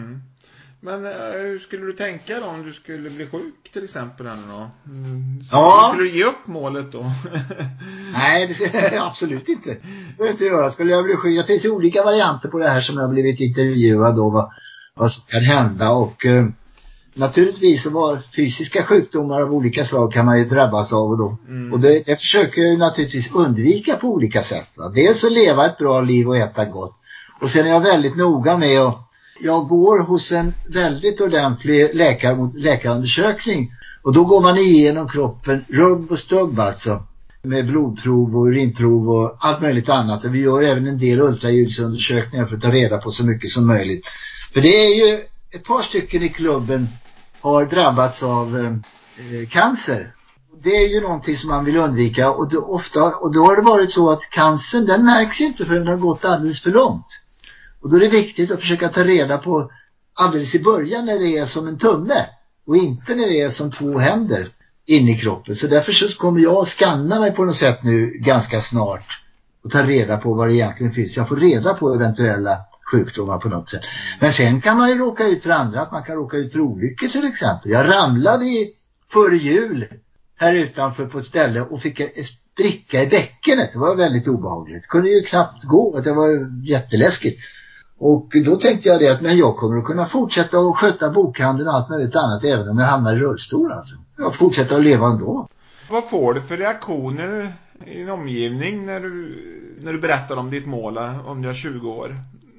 Men hur skulle du tänka då om du skulle bli sjuk till exempel då? Skulle du ge upp målet då? Nej, det absolut inte. Det behöver inte göra. Skulle jag bli sjuk? Det finns ju olika varianter på det här som jag har blivit intervjuad då, vad som kan hända, och naturligtvis så var fysiska sjukdomar av olika slag kan man ju drabbas av och då. Och det försöker jag naturligtvis undvika på olika sätt. Va? Dels att leva ett bra liv och äta gott. Och sen är jag väldigt noga med att jag går hos en väldigt ordentlig läkarundersökning. Och då går man igenom kroppen, rubb och stubb alltså. Med blodprov och urinprov och allt möjligt annat. Och vi gör även en del ultraljudsundersökningar för att ta reda på så mycket som möjligt. För det är ju ett par stycken i klubben har drabbats av cancer. Det är ju någonting som man vill undvika. Och då har det varit så att cancern, den märks inte för den har gått alldeles för långt. Och då är det viktigt att försöka ta reda på alldeles i början när det är som en tumme. Och inte när det är som 2 händer in i kroppen. Så därför så kommer jag att skanna mig på något sätt nu ganska snart. Och ta reda på vad det egentligen finns. Jag får reda på eventuella sjukdomar på något sätt. Men sen kan man ju råka ut för andra. Att man kan råka ut för olyckor till exempel. Jag ramlade före jul här utanför på ett ställe och fick en spricka i bäckenet. Det var väldigt obehagligt. Kunde ju knappt gå. Det var ju jätteläskigt. Och då tänkte jag det att men jag kommer att kunna fortsätta att sköta bokhandeln och allt möjligt annat även om jag hamnar i rullstol alltså. Jag fortsätter att leva ändå. Vad får du för reaktioner i din omgivning när du berättar om ditt mål om du är 20 år?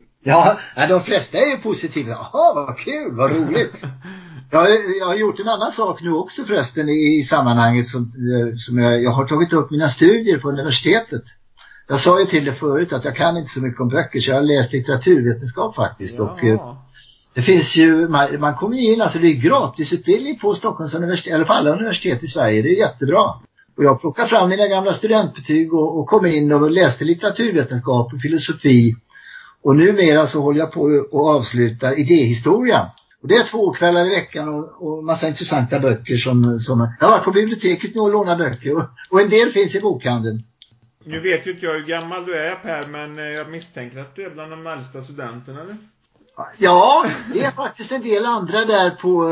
Ja, de flesta är ju positiva. Jaha, vad kul, vad roligt. Jag har gjort en annan sak nu också förresten i sammanhanget som jag har tagit upp mina studier på universitetet. Jag sa ju till det förut att jag kan inte så mycket om böcker, så jag har läst litteraturvetenskap faktiskt. Ja. Och det finns ju, man kommer ju in, alltså det är gratisutbildning på Stockholms universitet, eller på alla universitet i Sverige, det är jättebra. Och jag plockade fram mina gamla studentbetyg och kom in och läste litteraturvetenskap och filosofi. Och numera så håller jag på och avslutar idéhistoria. Och det är 2 kvällar i veckan och massa intressanta böcker som jag har varit på biblioteket nu och lånat böcker. Och en del finns i bokhandeln. Nu vet ju inte jag hur gammal du är, Per, men jag misstänker att du är bland de äldsta studenterna, eller? Ja, det är faktiskt en del andra där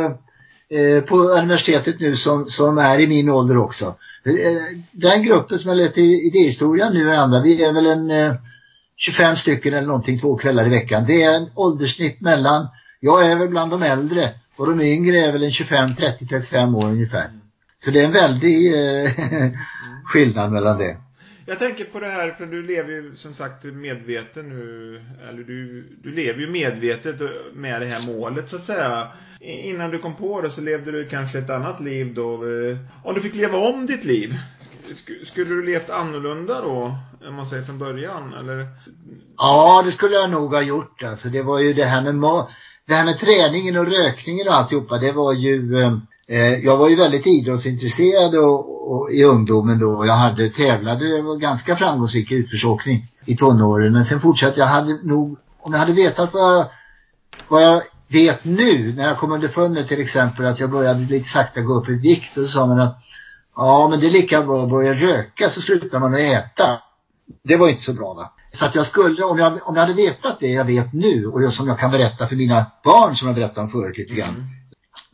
på universitetet nu som är i min ålder också. Den gruppen som har lett i idéhistoria nu är andra. Vi är väl en 25 stycken eller någonting 2 kvällar i veckan. Det är en åldersnitt mellan, jag är väl bland de äldre och de yngre är väl en 25, 30, 35 år ungefär. Så det är en väldig skillnad mellan det. Jag tänker på det här, för du lever ju som sagt medveten nu, eller du lever ju medvetet med det här målet så att säga. Innan du kom på det så levde du kanske ett annat liv då. Om du fick leva om ditt liv, skulle du levt annorlunda då, om man säger från början, eller? Ja, det skulle jag nog ha gjort. Alltså, det var ju det här med träningen och rökningen och alltihopa, det var ju... jag var ju väldigt idrottsintresserad och i ungdomen då. Jag tävlade, det var ganska framgångsrik utförsåkning i tonåren. Men sen fortsatte om jag hade vetat vad jag vet nu, när jag kom underfund med till exempel att jag började lite sakta gå upp i vikt, och så sa man att ja, men det är lika bra att börja röka så slutar man att äta. Det var inte så bra, va? Så att jag skulle, om jag hade vetat det jag vet nu och som jag kan berätta för mina barn som jag berättade om förut lite grann.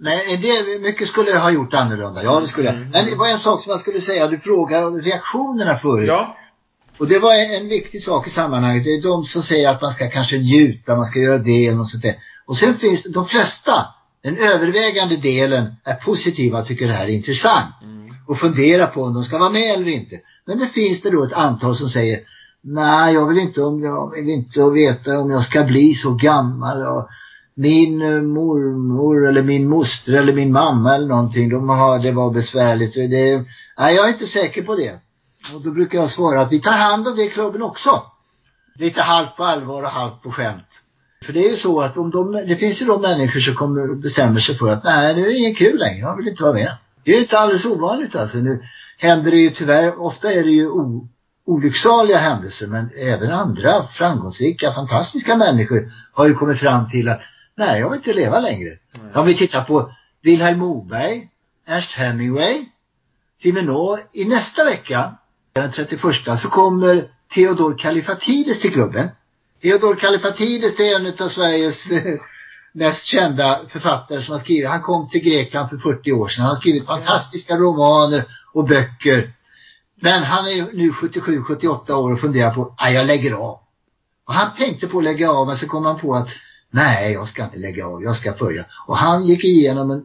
Nej, mycket skulle jag ha gjort annorlunda. Ja, det skulle jag. Men det var en sak som jag skulle säga. Du frågade reaktionerna förut. Ja. Och det var en viktig sak i sammanhanget. Det är de som säger att man ska kanske njuta, man ska göra det eller något sånt där. Och sen finns de flesta, den övervägande delen är positiva och tycker det här är intressant. Och funderar på om de ska vara med eller inte. Men det finns det då ett antal som säger nej, jag vill inte veta om jag ska bli så gammal. Och min mormor eller min moster eller min mamma eller någonting, det var besvärligt. Nej, jag är inte säker på det. Och då brukar jag svara att vi tar hand om det i klubben också. Lite halvt på allvar och halvt på skämt. För det är ju så att det finns ju de människor som bestämmer sig för att nej, det är inget kul längre, jag vill inte vara med. Det är ju inte alldeles ovanligt alltså. Nu händer det ju tyvärr, ofta är det ju olycksaliga händelser, men även andra framgångsrika, fantastiska människor har ju kommit fram till att nej, jag vill inte leva längre. Om vi tittar på Vilhelm Moberg, Ernst Hemingway, Simenon, i nästa vecka, den 31, så kommer Theodor Kallifatides till klubben. Theodor Kallifatides är en av Sveriges mest kända författare som har skrivit. Han kom till Grekland för 40 år sedan. Han har skrivit fantastiska romaner och böcker. Men han är nu 77-78 år och funderar på att jag lägger av. Och han tänkte på att lägga av, men så kom han på att nej, jag ska inte lägga av, jag ska börja. Och han gick igenom en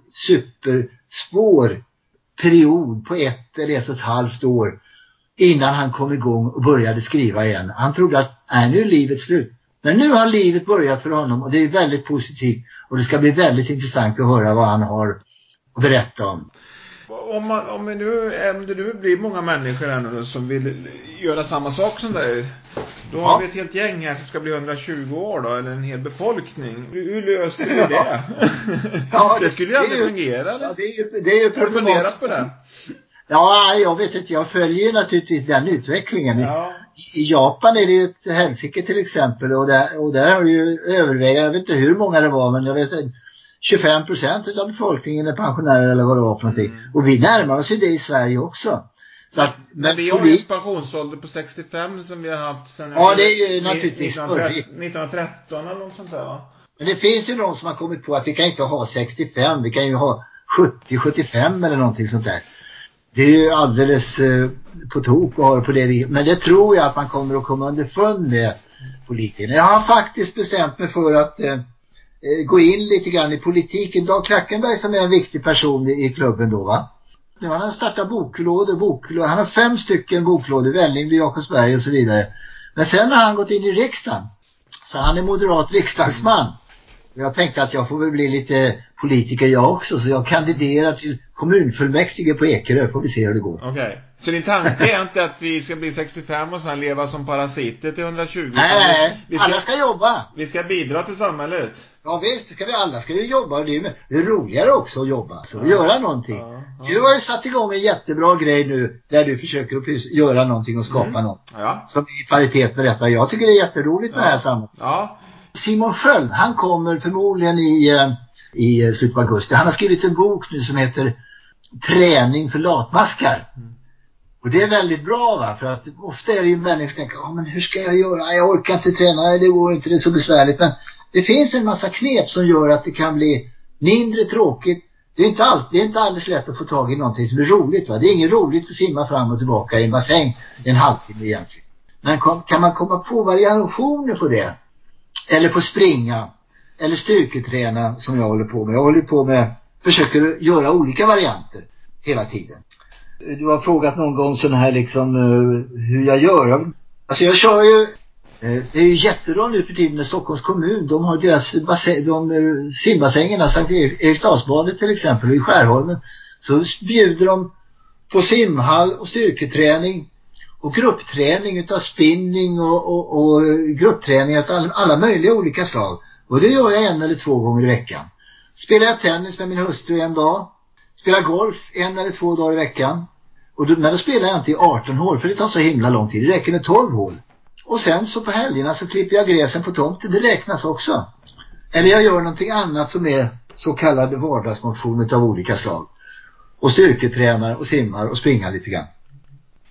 supersvår period på 1 eller 1,5 år innan han kom igång och började skriva igen. Han trodde att nu är livet slut. Men nu har livet börjat för honom och det är väldigt positivt. Och det ska bli väldigt intressant att höra vad han har att berätta om. Om det nu blir många människor här nu som vill göra samma sak som dig, då har vi ett helt gäng här som ska bli 120 år då, eller en hel befolkning. Hur löser vi det? Ja, det skulle ju aldrig fungera. Eller? Ja, det är ju har du funderat på det? Ja, jag vet inte. Jag följer naturligtvis den utvecklingen. Ja. I Japan är det ju ett hälfike till exempel. Och där har det ju övervägat, jag vet inte hur många det var, men jag vet 25% av befolkningen är pensionärer eller vad det var för någonting. Och vi närmar oss ju det i Sverige också. Så att, men vi har ju en pensionsålder på 65 som vi har haft sedan det är ju naturligtvis 1913 eller något sånt där, va? Men det finns ju någon som har kommit på att vi kan inte ha 65, vi kan ju ha 70-75 eller någonting sånt där. Det är ju alldeles på tok att ha det på det viset. Men det tror jag att man kommer att komma underfund med politikerna. Jag har faktiskt bestämt mig för att gå in lite grann i politiken. Dag Klackenberg som är en viktig person i klubben då, va? Nu han har startat boklådor. Han har 5 stycken boklådor, Vällingby, Jakobsberg och så vidare. Men sen har han gått in i riksdagen. Så han är moderat riksdagsman. Jag tänkte att jag får väl bli lite politiker jag också, så jag kandiderar till kommunfullmäktige på Ekerö, får vi se hur det går. Okej. Så din tanke är inte att vi ska bli 65 och sen leva som parasiter till 120? Nej, alla ska jobba. Vi ska bidra till samhället. Ja visst, det ska vi, alla ska ju jobba, och det är roligare också att jobba, så göra någonting. Du har ju satt igång en jättebra grej nu, där du försöker att göra någonting och skapa något. Ja. Som i paritet med detta. Jag tycker det är jätteroligt med det här sammanhanget. Ja. Simon Sköld, han kommer förmodligen i slutet av augusti. Han har skrivit en bok nu som heter Träning för latmaskar. Och det är väldigt bra, va? För att ofta är det ju människor som tänker, men hur ska jag göra? Jag orkar inte träna, nej, det går inte, det är så besvärligt. Men det finns en massa knep som gör att det kan bli mindre tråkigt. Det är inte alldeles lätt att få tag i någonting som är roligt, va? Det är inget roligt att simma fram och tillbaka i en bassäng en halvtimme egentligen. Men kan man komma på variationer på det? Eller på springa, eller styrketräna som jag håller på med. Jag håller på med, försöker göra olika varianter hela tiden. Du har frågat någon gång sån här liksom hur jag gör. Alltså jag kör ju, det är ju jättebra nu för tiden med Stockholms kommun. De har deras simbassängerna, Sankt Eriksdalsbadet till exempel, och i Skärholmen. Så bjuder de på simhall och styrketräning. Och gruppträning utav spinning och gruppträning av alla möjliga olika slag. Och det gör jag 1 eller 2 gånger i veckan. Spelar jag tennis med min hustru en dag. Spelar golf 1 eller 2 dagar i veckan. Men då spelar jag inte i 18 hål, för det tar så himla lång tid. Det räcker med 12 hål. Och sen så på helgerna så klipper jag gräsen på tomten. Det räknas också. Eller jag gör någonting annat som är så kallad vardagsmotion av olika slag. Och styrketränar och simmar och springer lite grann.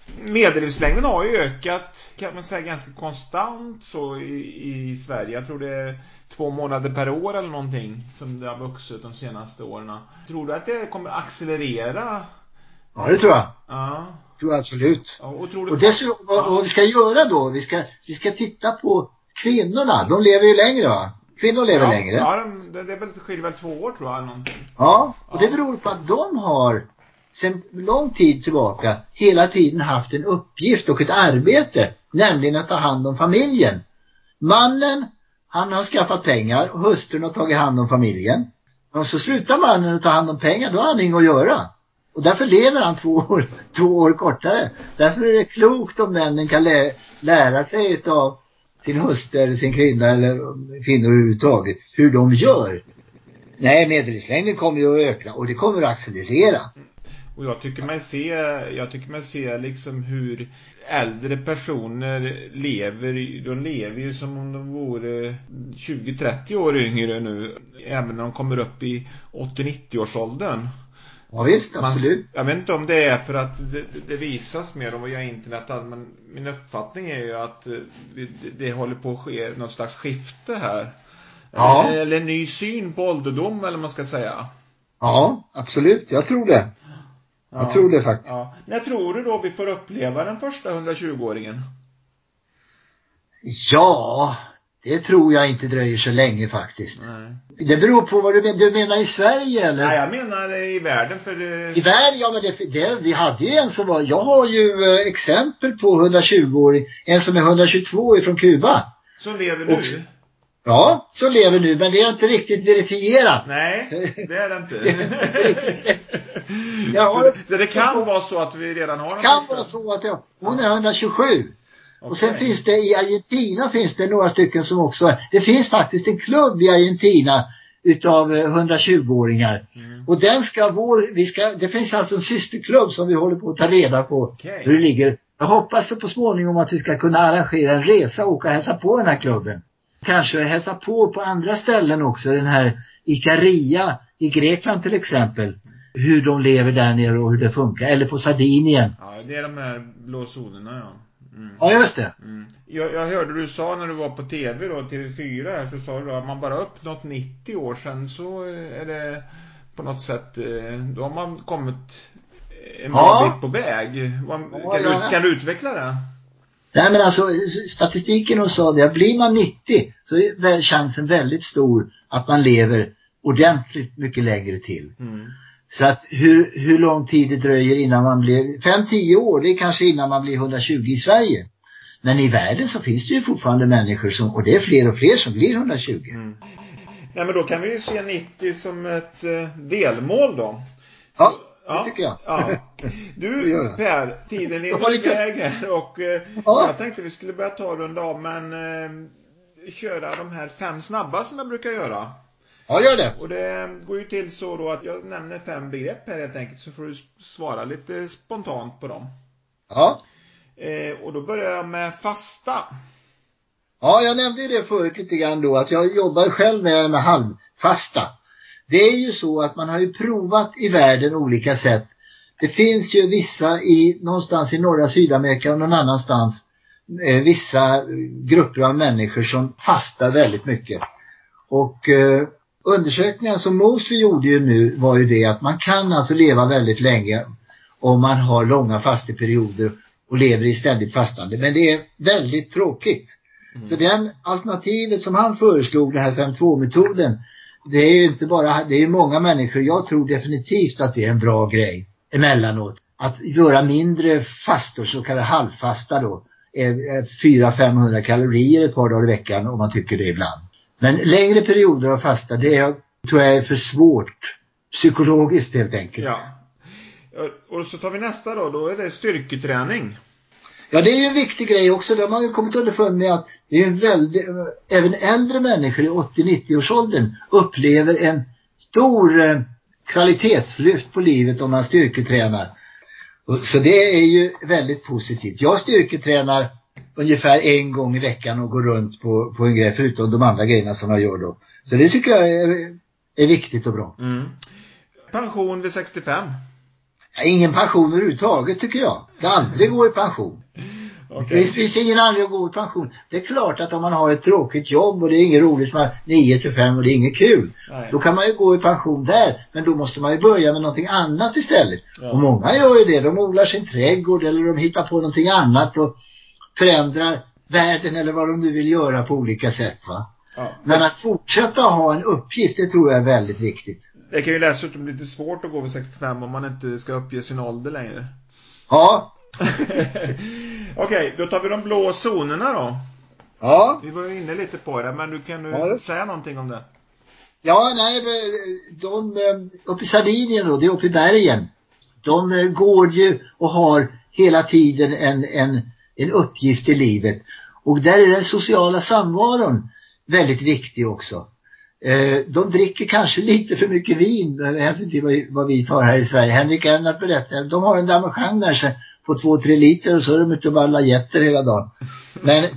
Medellivslängden har ju ökat, kan man säga, ganska konstant så i Sverige. Jag tror det är 2 månader per år eller någonting som det har vuxit de senaste åren. Tror du att det kommer accelerera? Ja, det tror jag. Ja. Tror jag absolut. Ja, och tror du... Och dessutom, vad vi ska göra då? Vi ska titta på kvinnorna. De lever ju längre, va? Kvinnor lever längre. Ja, det är väl skiljer 2 år tror jag eller någonting. Ja, och det beror på att de har sedan lång tid tillbaka hela tiden haft en uppgift och ett arbete, nämligen att ta hand om familjen. Mannen, han har skaffat pengar och hustrun har tagit hand om familjen. Och så slutar mannen att ta hand om pengar, då har han inget att göra. Och därför lever han 2 år kortare. Därför är det klokt om männen kan lära sig av sin hustru eller sin kvinna eller kvinnor överhuvudtaget hur de gör. Nej, medellivslängden kommer ju att öka och det kommer att accelerera. Och jag tycker man ser liksom hur äldre personer lever. De lever ju som om de vore 20-30 år yngre nu. Även när de kommer upp i 80-90-årsåldern. Ja visst, absolut. Jag vet inte om det är för att det visas mer om vad jag internet. Men min uppfattning är ju att det håller på att ske något slags skifte här. Ja. Eller en ny syn på ålderdom eller vad man ska säga. Ja, absolut. Jag tror det. Jag tror det faktiskt. Ja. När tror du då vi får uppleva den första 120-åringen? Ja, det tror jag inte dröjer så länge faktiskt. Nej. Det beror på vad du menar i Sverige eller? Nej, jag menar i världen för det... I världen, ja men vi hade ju en som var, jag har ju exempel på 120-åring, en som är 122 från Kuba. Som lever nu? Ja, som lever nu, men det är inte riktigt verifierat. Nej, det är det inte. Så det kan vara så att vi redan har... Det kan vara så att hon är 127. Okay. Och sen finns det i Argentina finns det några stycken som också... Det finns faktiskt en klubb i Argentina utav 120-åringar. Och den det finns alltså en systerklubb som vi håller på att ta reda på hur det ligger. Jag hoppas så på småningom att vi ska kunna arrangera en resa och åka och hälsa på den här klubben. Kanske hälsa på andra ställen också. Den här Ikaria i Grekland till exempel. Hur de lever där nere och hur det funkar. Eller på Sardinien. Ja, det är de här blå zonerna, ja. Ja, just det. Jag hörde du sa när du var på tv då, TV4 här, så sa du att man bara uppnått 90 år sedan så är det på något sätt, då har man kommit en bra bit på väg. Kan du utveckla det? Nej men alltså statistiken och sa det att blir man 90 så är chansen väldigt stor att man lever ordentligt mycket längre till. Så att hur lång tid det dröjer innan man blir 5-10 år, det är kanske innan man blir 120 i Sverige. Men i världen så finns det ju fortfarande människor och det är fler och fler som blir 120. Nej men då kan vi ju se 90 som ett delmål då. Ja, det tycker jag. Ja. Du Per, tiden är iväg här och jag tänkte vi skulle börja ta runda av men köra de här 5 snabba som jag brukar göra. Ja, gör det. Och det går ju till så då att jag nämner 5 begrepp här helt enkelt så får du svara lite spontant på dem. Ja. Och då börjar jag med fasta. Ja, jag nämnde ju det förut lite grann då att jag jobbar själv med halvfasta. Det är ju så att man har ju provat i världen olika sätt. Det finns ju vissa någonstans i norra Sydamerika och någon annanstans vissa grupper av människor som fastar väldigt mycket. Och undersökningar som Mosley gjorde ju nu var ju det att man kan alltså leva väldigt länge om man har långa fasteperioder och lever i ständigt fastande. Men det är väldigt tråkigt. Så den alternativet som han föreslog, den här 5-2-metoden, det är ju inte bara, det är ju många människor, jag tror definitivt att det är en bra grej emellanåt. Att göra mindre fastor, så kallade halvfasta då, är 400-500 kalorier ett par dagar i veckan om man tycker det ibland. Men längre perioder av fasta, det tror jag är för svårt psykologiskt helt enkelt. Ja. Och så tar vi nästa då är det styrketräning. Ja, det är ju en viktig grej också. De har ju kommit underfund med att det är en även äldre människor i 80-90-årsåldern upplever en stor kvalitetslyft på livet om man styrketränar. Så det är ju väldigt positivt. Jag styrketränar ungefär 1 gång i veckan och går runt på en grej förutom de andra grejerna som jag gör då. Så det tycker jag är viktigt och bra. Pension vid 65? Ingen pension överhuvudtaget tycker jag. Det aldrig går i pension. Okay. Det finns ingen anledning att gå i pension. Det är klart att om man har ett tråkigt jobb och det är inget roligt som är 9-5 och det är inget kul. Nej. Då kan man ju gå i pension där. Men då måste man ju börja med någonting annat istället. Ja. Och många gör ju det. De odlar sin trädgård eller de hittar på någonting annat och förändrar världen eller vad de nu vill göra på olika sätt, va? Ja. Men att fortsätta ha en uppgift, det tror jag är väldigt viktigt. Det kan ju dessutom bli lite svårt att gå vid 65 om man inte ska uppge sin ålder längre. Ja. Okej, då tar vi de blå zonerna då. Ja. Vi var ju inne lite på det, men kan du säga någonting om det? Ja, nej, de uppe i Sardinien då, det är uppe i bergen. De går ju och har hela tiden en uppgift i livet. Och där är den sociala samvaron väldigt viktig också. De dricker kanske lite för mycket vin, hänsyn till vad vi tar här i Sverige. Henrik Ennart berättar, de har en damejeanne där sig på 2-3 liter och så är de ute och vallar jätter hela dagen. Men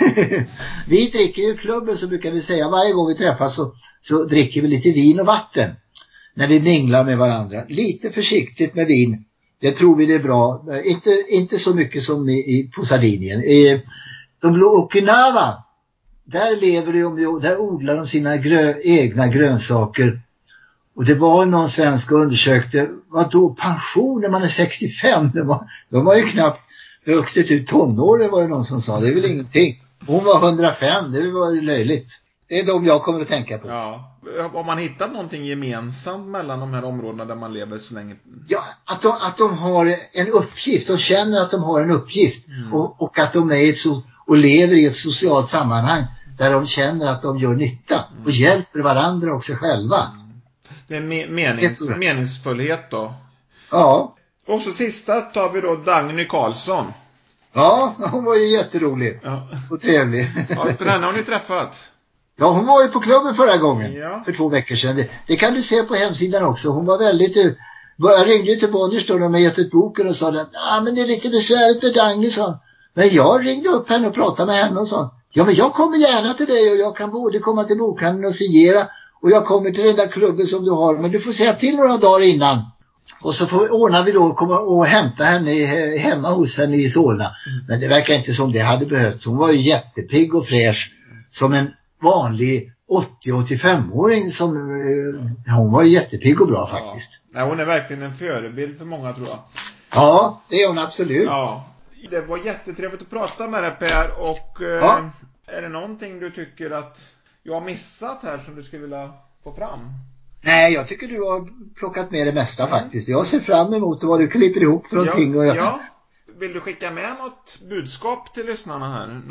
vi dricker ju i klubben, så brukar vi säga varje gång vi träffas så dricker vi lite vin och vatten när vi minglar med varandra. Lite försiktigt med vin, det tror vi det är bra. Inte så mycket som på Sardinien. De blå Okinawa, där lever de, där odlar de sina egna grönsaker. Och det var någon svensk undersökte, vad då pension när man är 65? De var ju knappt vuxit ut tonåren, var det någon som sa. Det är väl ingenting. Hon var 105, det var ju löjligt. Det är de jag kommer att tänka på. Ja. Har man hittat någonting gemensamt mellan de här områdena där man lever så länge? Ja, att de har en uppgift. De känner att de har en uppgift. Och att de är och lever i ett socialt sammanhang där de känner att de gör nytta. Och hjälper varandra och sig själva. Det är meningsfullhet då. Ja. Och så sista tar vi då Dagny Karlsson. Ja, hon var ju jätterolig. Ja. Och trevlig. Ja, för henne har ni träffat? Ja, hon var ju på klubben förra gången. Ja. För 2 veckor sedan. Det kan du se på hemsidan också. Hon var väldigt... Jag ringde till Bonniers då när de gett ut boken och sa att men det är lite besvärligt med Dagny, sa. Men jag ringde upp henne och pratade med henne och sa, ja men jag kommer gärna till dig och jag kan både komma till bokhandeln och signera och jag kommer till den där klubben som du har, men du får säga till några dagar innan. Och så ordnar vi då att komma och hämta henne hemma hos henne i Solna. Men det verkar inte som det hade behövts. Hon var ju jättepigg och fräsch som en vanlig 80-85-åring. Hon var ju jättepigg och bra faktiskt. Ja, hon är verkligen en förebild för många, tror jag. Ja, det är hon absolut. Ja. Det var jättetrevligt att prata med dig, Per. Och är det någonting du tycker att jag har missat här som du skulle vilja få fram? Nej, jag tycker du har plockat med det mesta faktiskt. Jag ser fram emot vad du klipper ihop för någonting. Ja. Vill du skicka med något budskap till lyssnarna här?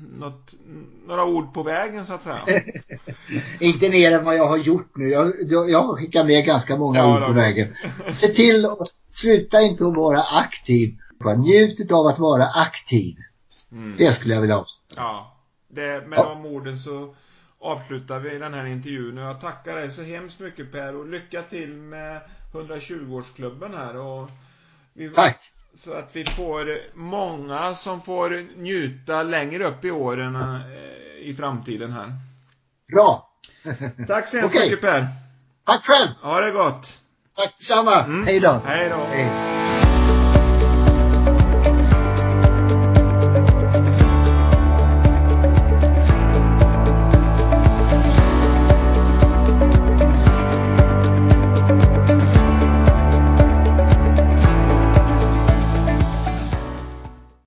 Några ord på vägen så att säga? Inte mer än vad jag har gjort nu. Jag har skickat med ganska många ord på vägen. Se till att sluta inte att vara aktiv. Njut av att vara aktiv. Det skulle jag vilja ha. Ja, med de orden så avslutar vi den här intervjun. Och jag tackar dig så hemskt mycket, Per, och lycka till med 120-årsklubben här. Och tack. Så att vi får många som får njuta längre upp i åren i framtiden här. Bra. Tack så hemskt mycket, Per. Tack själv. Ha det gott. Tack detsamma. Hej då. Hej då. Hej.